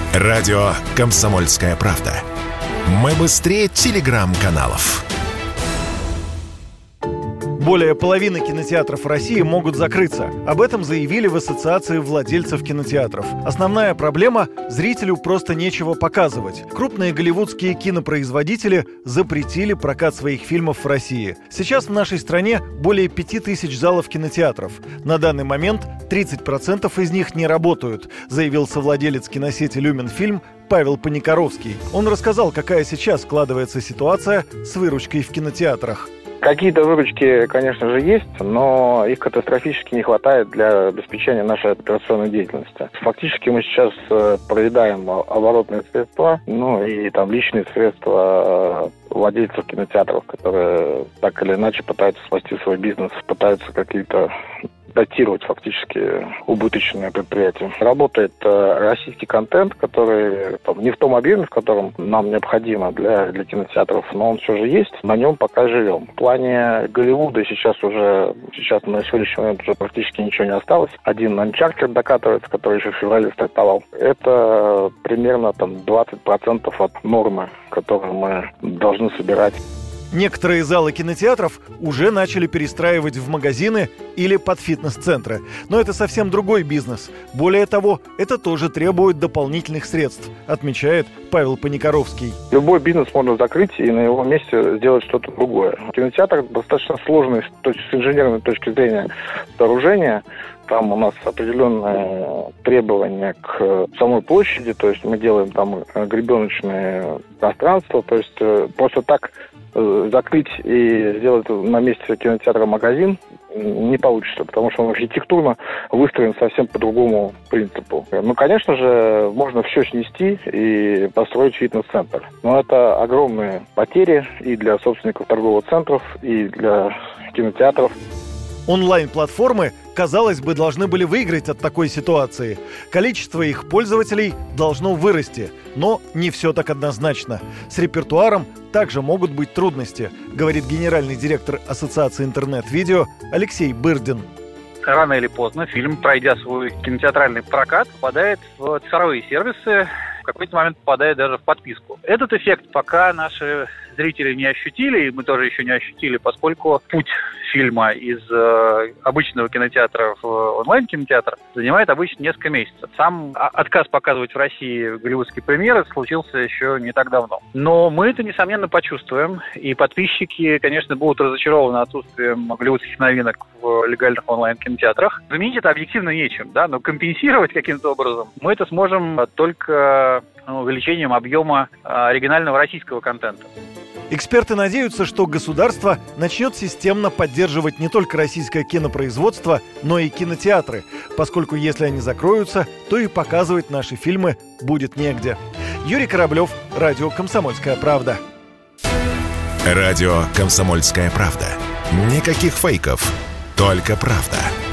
Радио «Комсомольская правда». Мы быстрее телеграм-каналов. Более половины кинотеатров России могут закрыться. Об этом заявили в Ассоциации владельцев кинотеатров. Основная проблема – зрителю просто нечего показывать. Крупные голливудские кинопроизводители запретили прокат своих фильмов в России. Сейчас в нашей стране более 5000 залов кинотеатров. На данный момент 30% из них не работают, заявил совладелец киносети «Люменфильм» Павел Паникоровский. Он рассказал, какая сейчас складывается ситуация с выручкой в кинотеатрах. Какие-то выручки, конечно же, есть, но их катастрофически не хватает для обеспечения нашей операционной деятельности. Фактически мы сейчас проедаем оборотные средства, и там личные средства владельцев кинотеатров, которые так или иначе пытаются спасти свой бизнес, пытаются какие-то датировать фактически убыточные предприятия. Работает российский контент, который не в том объеме, в котором нам необходимо для кинотеатров, но он все же есть, на нем пока живем. В плане Голливуда сейчас на сегодняшний момент уже практически ничего не осталось. Один Uncharted докатывается, который еще в феврале стартовал. Это примерно 20% от нормы, которую мы должны собирать. Некоторые залы кинотеатров уже начали перестраивать в магазины или под фитнес-центры. Но это совсем другой бизнес. Более того, это тоже требует дополнительных средств, отмечает Павел Паникоровский. Любой бизнес можно закрыть и на его месте сделать что-то другое. Кинотеатр достаточно сложный с инженерной точки зрения сооружения. Там у нас определенные требования к самой площади, то есть мы делаем там гребеночные пространства, то есть просто так закрыть и сделать на месте кинотеатра магазин не получится, потому что он архитектурно выстроен совсем по другому принципу. Конечно же, можно все снести и построить фитнес-центр. Но это огромные потери и для собственников торговых центров, и для кинотеатров. Онлайн-платформы, казалось бы, должны были выиграть от такой ситуации. Количество их пользователей должно вырасти, но не все так однозначно. С репертуаром также могут быть трудности, говорит генеральный директор Ассоциации интернет-видео Алексей Бырдин. Рано или поздно фильм, пройдя свой кинотеатральный прокат, попадает в цифровые сервисы, в какой-то момент попадает даже в подписку. Этот эффект пока наши зрители не ощутили, и мы тоже еще не ощутили, поскольку путь фильма из обычного кинотеатра в онлайн-кинотеатр занимает обычно несколько месяцев. Сам отказ показывать в России голливудские премьеры случился еще не так давно. Но мы это, несомненно, почувствуем, и подписчики, конечно, будут разочарованы отсутствием голливудских новинок в легальных онлайн-кинотеатрах. Заменить это объективно нечем, но компенсировать каким-то образом мы это сможем только увеличением объема оригинального российского контента. Эксперты надеются, что государство начнет системно поддерживать не только российское кинопроизводство, но и кинотеатры, поскольку если они закроются, то и показывать наши фильмы будет негде. Юрий Кораблев, радио «Комсомольская правда». Радио «Комсомольская правда». Никаких фейков, только правда.